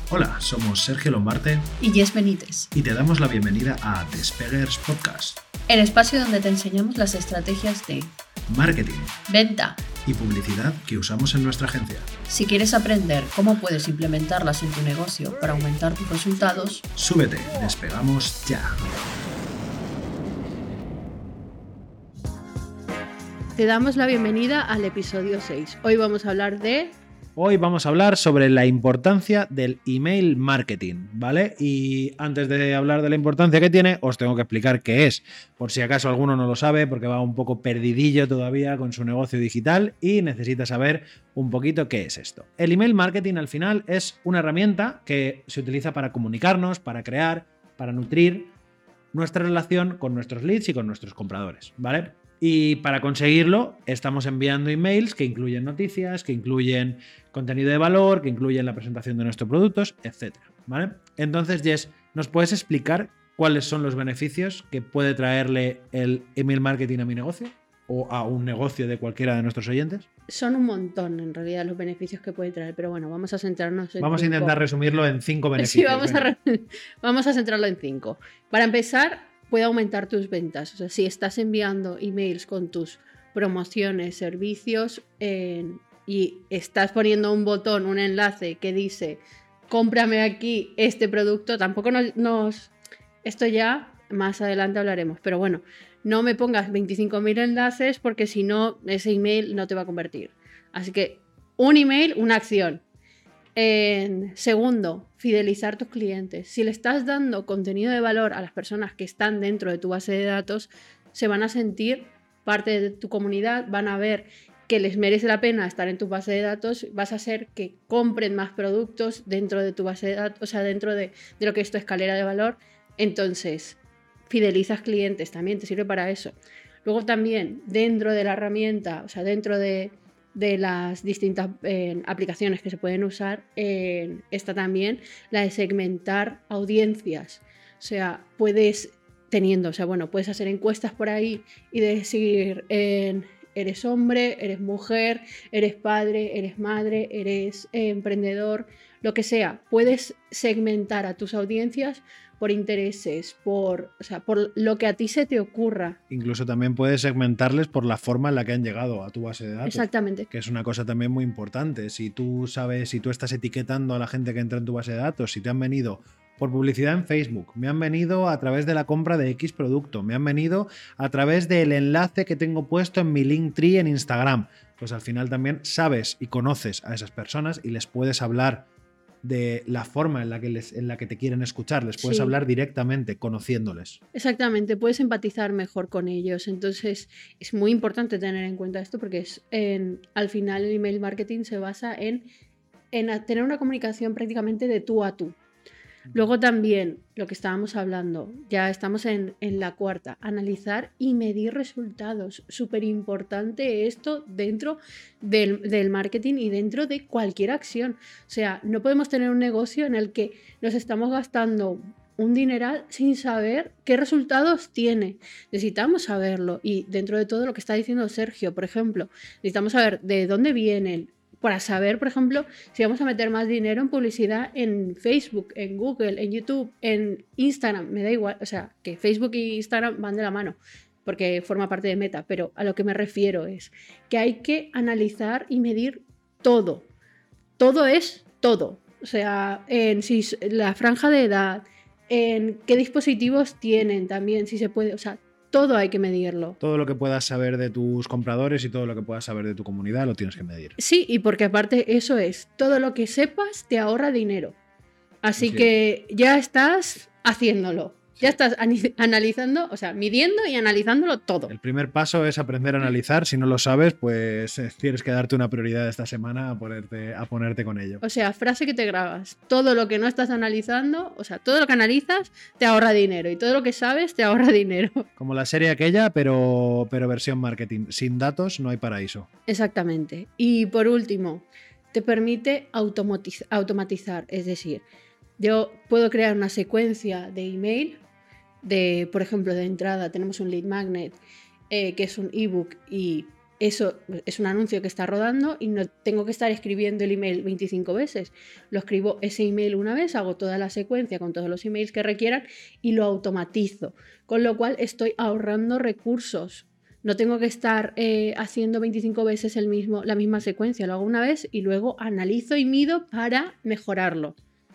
Hola, somos Sergio Lombarte y Jess Benítez y te damos la bienvenida a Despeguers Podcast, el espacio donde te enseñamos las estrategias de marketing, venta y publicidad que usamos en nuestra agencia. Si quieres aprender cómo puedes implementarlas en tu negocio para aumentar tus resultados, súbete, despegamos ya. Te damos la bienvenida al episodio 6. Hoy vamos a hablar sobre la importancia del email marketing, ¿vale? Y antes de hablar de la importancia que tiene, os tengo que explicar qué es, por si acaso alguno no lo sabe, porque va un poco perdidillo todavía con su negocio digital y necesita saber un poquito qué es esto. El email marketing al final es una herramienta que se utiliza para comunicarnos, para crear, para nutrir nuestra relación con nuestros leads y con nuestros compradores, ¿vale? Y para conseguirlo estamos enviando emails que incluyen noticias, que incluyen contenido de valor, que incluyen la presentación de nuestros productos, etc. ¿Vale? Entonces, Jess, ¿nos puedes explicar cuáles son los beneficios que puede traerle el email marketing a mi negocio o a un negocio de cualquiera de nuestros oyentes? Son un montón, en realidad, los beneficios que puede traer, pero bueno, vamos a centrarnos en Vamos a intentar resumirlo en 5 beneficios. Sí, vamos a centrarlo en 5. Para empezar, puede aumentar tus ventas. O sea, si estás enviando emails con tus promociones, servicios y estás poniendo un botón, un enlace que dice cómprame aquí este producto, tampoco esto ya más adelante hablaremos, pero bueno, no me pongas 25.000 enlaces porque si no, ese email no te va a convertir. Así que un email, una acción. Segundo, fidelizar tus clientes. Si le estás dando contenido de valor a las personas que están dentro de tu base de datos, se van a sentir parte de tu comunidad, van a ver que les merece la pena estar en tu base de datos, vas a hacer que compren más productos dentro de tu base de datos, o sea, dentro de lo que es tu escalera de valor. Entonces, fidelizas clientes, también te sirve para eso. Luego también, dentro de la herramienta, o sea, dentro de las distintas aplicaciones que se pueden usar, está también la de segmentar audiencias. O sea, puedes hacer encuestas por ahí y decir, eres hombre, eres mujer, eres padre, eres madre, eres emprendedor, lo que sea. Puedes segmentar a tus audiencias por intereses, por lo que a ti se te ocurra. Incluso también puedes segmentarles por la forma en la que han llegado a tu base de datos. Exactamente. Que es una cosa también muy importante. Si tú estás etiquetando a la gente que entra en tu base de datos, si te han venido por publicidad en Facebook, me han venido a través de la compra de X producto, me han venido a través del enlace que tengo puesto en mi Linktree en Instagram, pues al final también sabes y conoces a esas personas y les puedes hablar de la forma en la que te quieren escuchar, les puedes hablar directamente, conociéndoles. Exactamente, puedes empatizar mejor con ellos. Entonces es muy importante tener en cuenta esto porque al final el email marketing se basa en tener una comunicación prácticamente de tú a tú. Luego también, lo que estábamos hablando, ya estamos en la cuarta, analizar y medir resultados. Súper importante esto dentro del marketing y dentro de cualquier acción. O sea, no podemos tener un negocio en el que nos estamos gastando un dineral sin saber qué resultados tiene. Necesitamos saberlo. Y dentro de todo lo que está diciendo Sergio, por ejemplo, necesitamos saber de dónde vienen, para saber, por ejemplo, si vamos a meter más dinero en publicidad en Facebook, en Google, en YouTube, en Instagram, me da igual, o sea, que Facebook y Instagram van de la mano porque forma parte de Meta, pero a lo que me refiero es que hay que analizar y medir todo. Todo es todo. O sea, en si la franja de edad, en qué dispositivos tienen también, si se puede, o sea, todo hay que medirlo. Todo lo que puedas saber de tus compradores y todo lo que puedas saber de tu comunidad lo tienes que medir. Sí, y porque aparte eso es, todo lo que sepas te ahorra dinero. Así que ya estás haciéndolo. Ya estás analizando, o sea, midiendo y analizándolo todo. El primer paso es aprender a analizar. Si no lo sabes, pues tienes que darte una prioridad esta semana a ponerte con ello. O sea, frase que te grabas. Todo lo que no estás analizando, o sea, todo lo que analizas te ahorra dinero y todo lo que sabes te ahorra dinero. Como la serie aquella, pero versión marketing. Sin datos no hay paraíso. Exactamente. Y por último, te permite automatizar. Es decir, yo puedo crear una secuencia de email. Por ejemplo, de entrada tenemos un lead magnet que es un ebook y eso es un anuncio que está rodando y no tengo que estar escribiendo el email 25 veces. Lo escribo ese email una vez, hago toda la secuencia con todos los emails que requieran y lo automatizo. Con lo cual estoy ahorrando recursos. No tengo que estar haciendo 25 veces la misma secuencia. Lo hago una vez y luego analizo y mido para mejorarlo.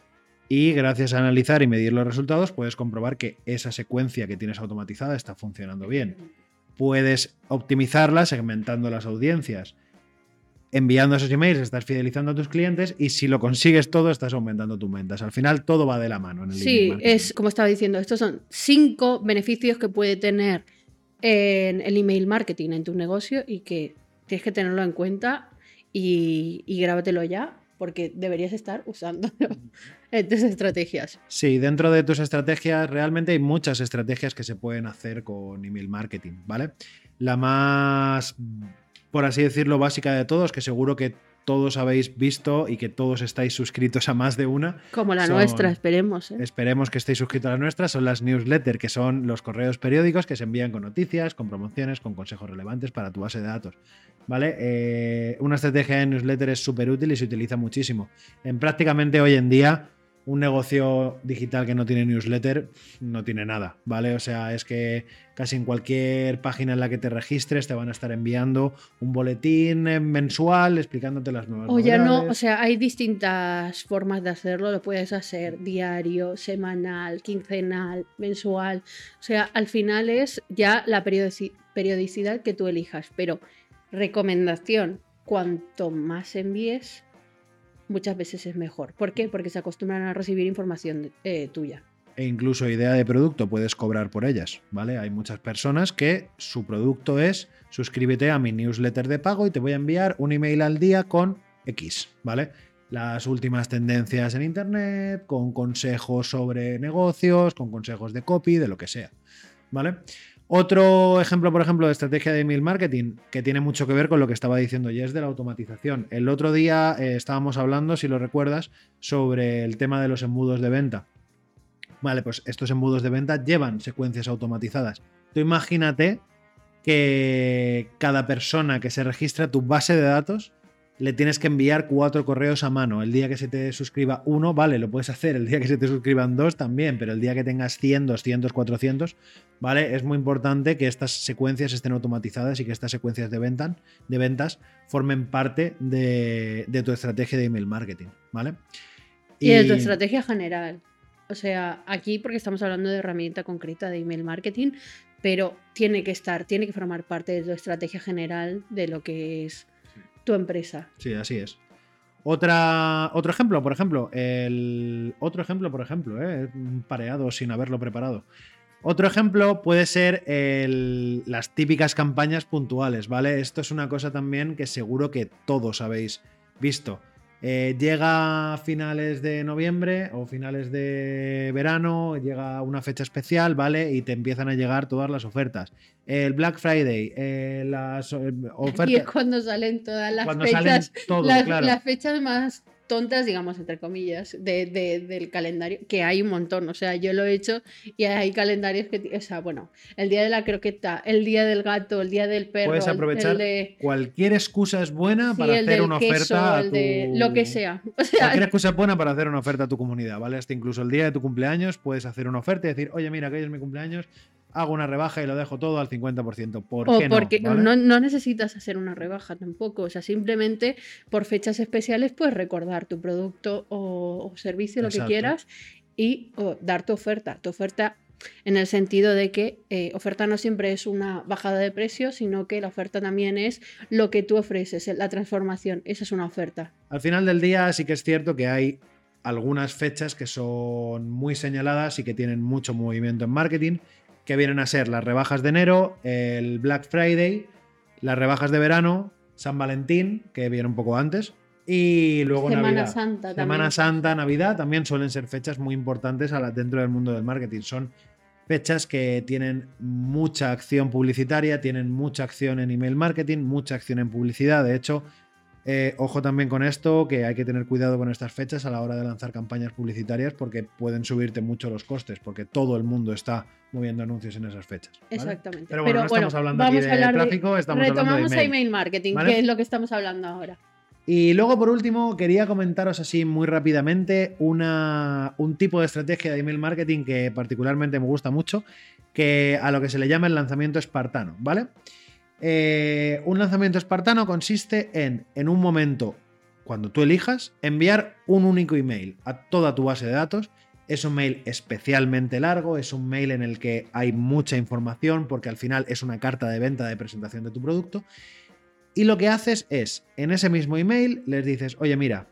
Y gracias a analizar y medir los resultados puedes comprobar que esa secuencia que tienes automatizada está funcionando bien. Puedes optimizarla segmentando las audiencias. Enviando esos emails estás fidelizando a tus clientes y si lo consigues todo estás aumentando tus ventas. Al final todo va de la mano en el email marketing. Es como estaba diciendo, estos son 5 beneficios que puede tener en el email marketing en tu negocio y que tienes que tenerlo en cuenta y grábatelo ya porque deberías estar usándolo en tus estrategias. Sí, dentro de tus estrategias realmente hay muchas estrategias que se pueden hacer con email marketing, ¿vale? La más, por así decirlo, básica de todos, que seguro que todos habéis visto y que todos estáis suscritos a más de una. Como la nuestra, esperemos. Esperemos que estéis suscritos a la nuestra. Son las newsletters, que son los correos periódicos que se envían con noticias, con promociones, con consejos relevantes para tu base de datos. ¿Vale? Una estrategia de newsletter es súper útil y se utiliza muchísimo. En prácticamente hoy en día, un negocio digital que no tiene newsletter no tiene nada, ¿vale? O sea, es que casi en cualquier página en la que te registres te van a estar enviando un boletín mensual explicándote las nuevas novedades. O ya no, o sea, hay distintas formas de hacerlo, lo puedes hacer diario, semanal, quincenal, mensual. O sea, al final es ya la periodicidad que tú elijas, pero recomendación, cuanto más envíes, muchas veces es mejor. ¿Por qué? Porque se acostumbran a recibir información tuya. E incluso idea de producto, puedes cobrar por ellas, ¿vale? Hay muchas personas que su producto es suscríbete a mi newsletter de pago y te voy a enviar un email al día con X, ¿vale? Las últimas tendencias en internet, con consejos sobre negocios, con consejos de copy, de lo que sea, ¿vale? Otro ejemplo, por ejemplo, de estrategia de email marketing que tiene mucho que ver con lo que estaba diciendo Jess de la automatización. El otro día estábamos hablando, si lo recuerdas, sobre el tema de los embudos de venta. Vale, pues estos embudos de venta llevan secuencias automatizadas. Tú imagínate que cada persona que se registra a tu base de datos le tienes que enviar 4 correos a mano. El día que se te suscriba uno, vale, lo puedes hacer. El día que se te suscriban 2 también, pero el día que tengas 100, 200, 400, ¿vale? Es muy importante que estas secuencias estén automatizadas y que estas secuencias de ventas formen parte de tu estrategia de email marketing, ¿vale? Y de tu estrategia general. O sea, aquí porque estamos hablando de herramienta concreta de email marketing, pero tiene que formar parte de tu estrategia general de lo que es tu empresa. Sí, así es. Otro ejemplo, por ejemplo, pareado sin haberlo preparado. Otro ejemplo puede ser las típicas campañas puntuales, ¿vale? Esto es una cosa también que seguro que todos habéis visto. Llega a finales de noviembre o finales de verano, llega una fecha especial, ¿vale? Y te empiezan a llegar todas las ofertas. El Black Friday, las ofertas... Y es cuando salen todas las fechas, las fechas más tontas, digamos, entre comillas, del calendario, que hay un montón. O sea, yo lo he hecho y hay calendarios que... O sea, bueno, el día de la croqueta, el día del gato, el día del perro... Puedes aprovechar cualquier excusa es buena para hacer una oferta a tu... lo que sea. O sea, cualquier excusa es buena para hacer una oferta a tu comunidad, ¿vale? Hasta incluso el día de tu cumpleaños puedes hacer una oferta y decir, oye, mira, que hoy es mi cumpleaños, hago una rebaja y lo dejo todo al 50%. ¿Por qué no? Porque ¿vale? no necesitas hacer una rebaja tampoco. O sea, simplemente por fechas especiales puedes recordar tu producto o servicio, lo Exacto. que quieras, y dar tu oferta. Tu oferta en el sentido de que oferta no siempre es una bajada de precio, sino que la oferta también es lo que tú ofreces, la transformación. Esa es una oferta. Al final del día sí que es cierto que hay algunas fechas que son muy señaladas y que tienen mucho movimiento en marketing, que vienen a ser las rebajas de enero, el Black Friday, las rebajas de verano, San Valentín, que viene un poco antes, y luego Navidad. Semana Santa, Navidad, también suelen ser fechas muy importantes dentro del mundo del marketing. Son fechas que tienen mucha acción publicitaria, tienen mucha acción en email marketing, mucha acción en publicidad. De hecho, Ojo también con esto, que hay que tener cuidado con estas fechas a la hora de lanzar campañas publicitarias porque pueden subirte mucho los costes, porque todo el mundo está moviendo anuncios en esas fechas. ¿Vale? Exactamente. Pero bueno, no estamos hablando aquí de tráfico, estamos hablando de retomamos email. a email marketing, ¿Vale? que es lo que estamos hablando ahora. Y luego, por último, quería comentaros así muy rápidamente un tipo de estrategia de email marketing que particularmente me gusta mucho, que a lo que se le llama el lanzamiento espartano, ¿vale? Un lanzamiento espartano consiste en un momento, cuando tú elijas, enviar un único email a toda tu base de datos. Es un mail especialmente largo, es un mail en el que hay mucha información porque al final es una carta de venta de presentación de tu producto. Y lo que haces es, en ese mismo email, les dices, oye, mira,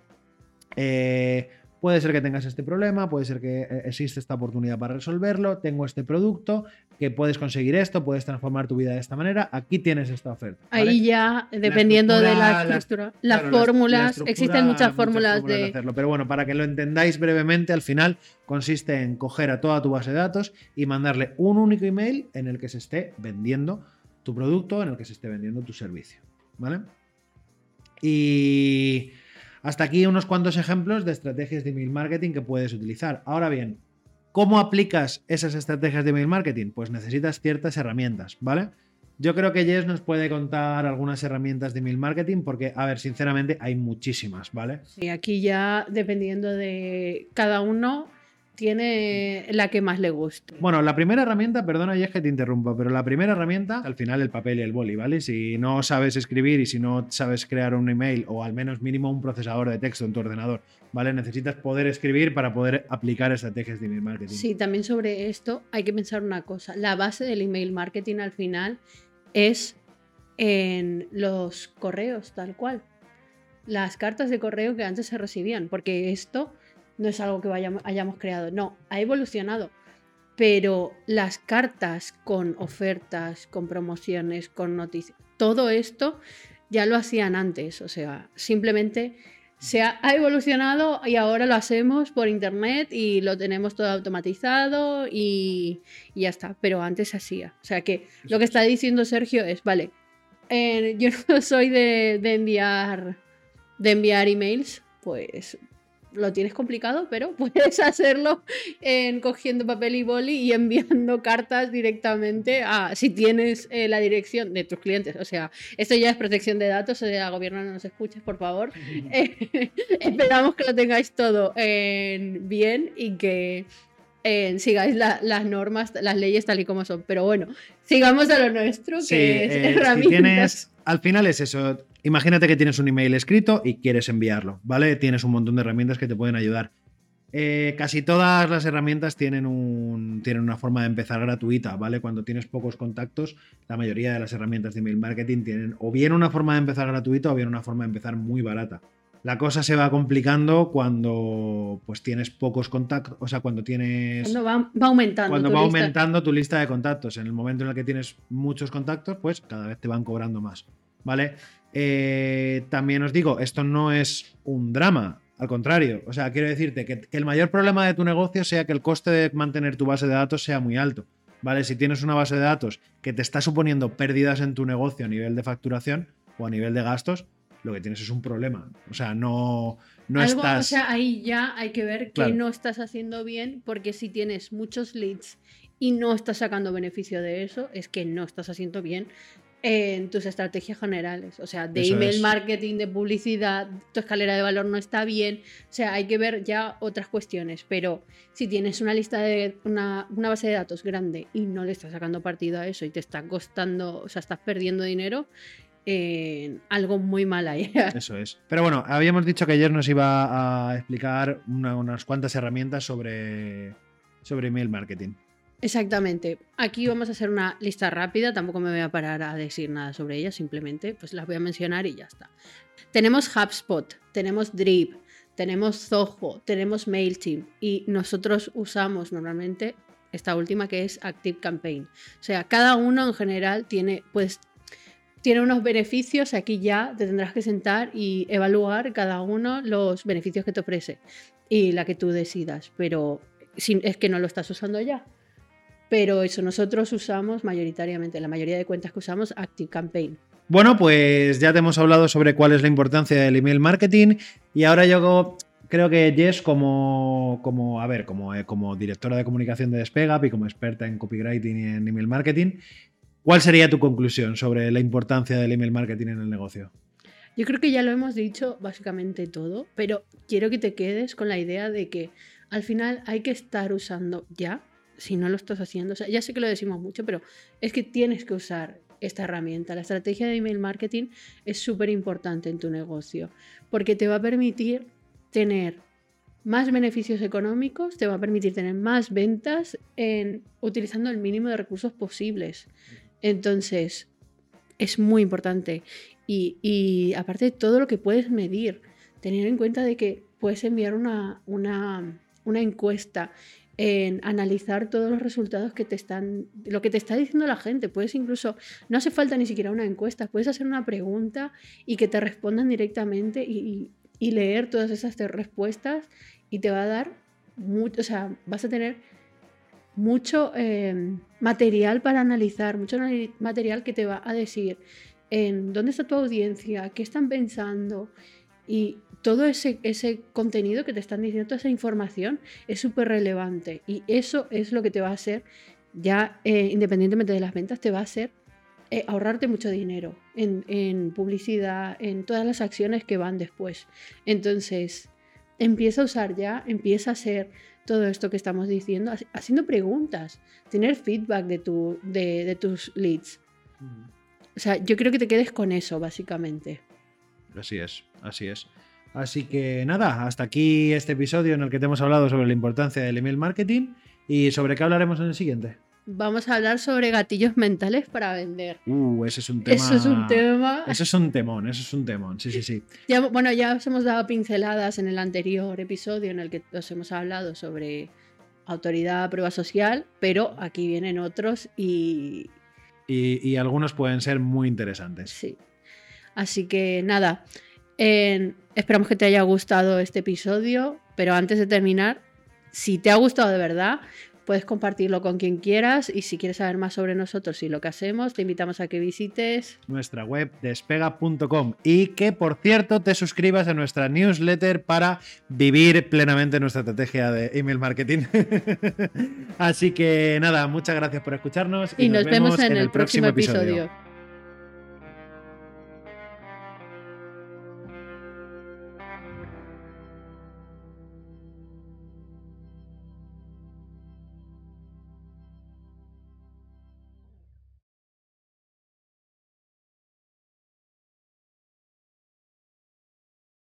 puede ser que tengas este problema, puede ser que existe esta oportunidad para resolverlo, tengo este producto, que puedes conseguir esto, puedes transformar tu vida de esta manera, aquí tienes esta oferta. ¿Vale? Ahí ya, dependiendo de la estructura, las fórmulas, existen muchas fórmulas de hacerlo. Pero bueno, para que lo entendáis brevemente, al final consiste en coger a toda tu base de datos y mandarle un único email en el que se esté vendiendo tu producto, en el que se esté vendiendo tu servicio. ¿Vale? Y hasta aquí unos cuantos ejemplos de estrategias de email marketing que puedes utilizar. Ahora bien, ¿cómo aplicas esas estrategias de email marketing? Pues necesitas ciertas herramientas, ¿vale? Yo creo que Jess nos puede contar algunas herramientas de email marketing porque, a ver, sinceramente hay muchísimas, ¿vale? Sí, aquí ya, dependiendo de cada uno, tiene la que más le guste. Bueno, la primera herramienta, perdona Jess que te interrumpa, pero la primera herramienta, al final el papel y el boli, ¿vale? Si no sabes escribir y si no sabes crear un email o al menos mínimo un procesador de texto en tu ordenador, ¿vale? Necesitas poder escribir para poder aplicar estrategias de email marketing. Sí, también sobre esto hay que pensar una cosa. La base del email marketing al final es en los correos, tal cual. Las cartas de correo que antes se recibían, porque esto no es algo que hayamos creado, no, ha evolucionado. Pero las cartas con ofertas, con promociones, con noticias, todo esto ya lo hacían antes, o sea, simplemente ha evolucionado y ahora lo hacemos por internet y lo tenemos todo automatizado y ya está, pero antes se hacía. O sea que lo que está diciendo Sergio es, vale, yo no soy de enviar emails, pues lo tienes complicado, pero puedes hacerlo cogiendo papel y boli y enviando cartas directamente si tienes la dirección de tus clientes. O sea, esto ya es protección de datos, o sea, gobierno no nos escuches, por favor. Esperamos que lo tengáis todo bien y que sigáis las normas, las leyes tal y como son. Pero bueno, sigamos a lo nuestro, que es herramientas. Al final es eso. Imagínate que tienes un email escrito y quieres enviarlo, ¿vale? Tienes un montón de herramientas que te pueden ayudar. Casi todas las herramientas tienen una forma de empezar gratuita, ¿vale? Cuando tienes pocos contactos, la mayoría de las herramientas de email marketing tienen o bien una forma de empezar gratuita o bien una forma de empezar muy barata. La cosa se va complicando cuando pues tienes pocos contactos, o sea, cuando va aumentando. Cuando va aumentando tu lista de contactos. En el momento en el que tienes muchos contactos, pues cada vez te van cobrando más, ¿vale? También os digo, esto no es un drama, al contrario. O sea, quiero decirte que el mayor problema de tu negocio sea que el coste de mantener tu base de datos sea muy alto, ¿vale? Si tienes una base de datos que te está suponiendo pérdidas en tu negocio a nivel de facturación o a nivel de gastos, lo que tienes es un problema. O sea, no estás... O sea, ahí ya hay que ver Claro. que no estás haciendo bien, porque si tienes muchos leads y no estás sacando beneficio de eso, es que no estás haciendo bien en tus estrategias generales. O sea, de Eso email es. marketing, de publicidad, tu escalera de valor no está bien. O sea, hay que ver ya otras cuestiones. Pero si tienes una lista de una base de datos grande y no le estás sacando partido a eso y te está costando, o sea, estás perdiendo dinero, algo muy mal ahí. Eso es. Pero bueno, habíamos dicho que ayer nos iba a explicar unas cuantas herramientas sobre email marketing. Exactamente. Aquí vamos a hacer una lista rápida, tampoco me voy a parar a decir nada sobre ellas, simplemente pues las voy a mencionar y ya está. Tenemos HubSpot, tenemos Drip, tenemos Zoho, tenemos MailChimp y nosotros usamos normalmente esta última que es ActiveCampaign. O sea, cada uno en general tiene unos beneficios, aquí ya te tendrás que sentar y evaluar cada uno los beneficios que te ofrece y la que tú decidas, pero es que no lo estás usando ya. Pero eso, nosotros usamos mayoritariamente, la mayoría de cuentas que usamos, ActiveCampaign. Bueno, pues ya te hemos hablado sobre cuál es la importancia del email marketing y ahora yo creo que Jess, como directora de comunicación de Despegap y como experta en copywriting y en email marketing, ¿cuál sería tu conclusión sobre la importancia del email marketing en el negocio? Yo creo que ya lo hemos dicho básicamente todo, pero quiero que te quedes con la idea de que al final hay que estar usando ya, si no lo estás haciendo. O sea, ya sé que lo decimos mucho, pero es que tienes que usar esta herramienta. La estrategia de email marketing es súper importante en tu negocio porque te va a permitir tener más beneficios económicos, te va a permitir tener más ventas utilizando el mínimo de recursos posibles. Entonces, es muy importante. Y aparte de todo lo que puedes medir, tener en cuenta de que puedes enviar una encuesta, en analizar todos los resultados lo que te está diciendo la gente. Puedes incluso, no hace falta ni siquiera una encuesta, puedes hacer una pregunta y que te respondan directamente y leer todas esas respuestas y te va a dar mucho, o sea, vas a tener mucho material para analizar, mucho material que te va a decir en dónde está tu audiencia, qué están pensando y todo ese contenido que te están diciendo, toda esa información es súper relevante y eso es lo que te va a hacer, ya independientemente de las ventas, te va a hacer ahorrarte mucho dinero en publicidad, en todas las acciones que van después. Entonces, empieza a usar ya, empieza a hacer todo esto que estamos diciendo, haciendo preguntas, tener feedback de tus leads. O sea, yo creo que te quedes con eso, básicamente. Así es, así es. Así que nada, hasta aquí este episodio en el que te hemos hablado sobre la importancia del email marketing y sobre qué hablaremos en el siguiente. Vamos a hablar sobre gatillos mentales para vender. Ese es un tema. Eso es un tema. Eso es un temón. Sí. Ya os hemos dado pinceladas en el anterior episodio en el que os hemos hablado sobre autoridad, prueba social, pero aquí vienen otros y algunos pueden ser muy interesantes. Sí. Así que nada, esperamos que te haya gustado este episodio, pero antes de terminar, si te ha gustado de verdad, puedes compartirlo con quien quieras y si quieres saber más sobre nosotros y lo que hacemos, te invitamos a que visites nuestra web despega.com y que, por cierto, te suscribas a nuestra newsletter para vivir plenamente nuestra estrategia de email marketing. Así que nada, muchas gracias por escucharnos y nos vemos en el próximo episodio.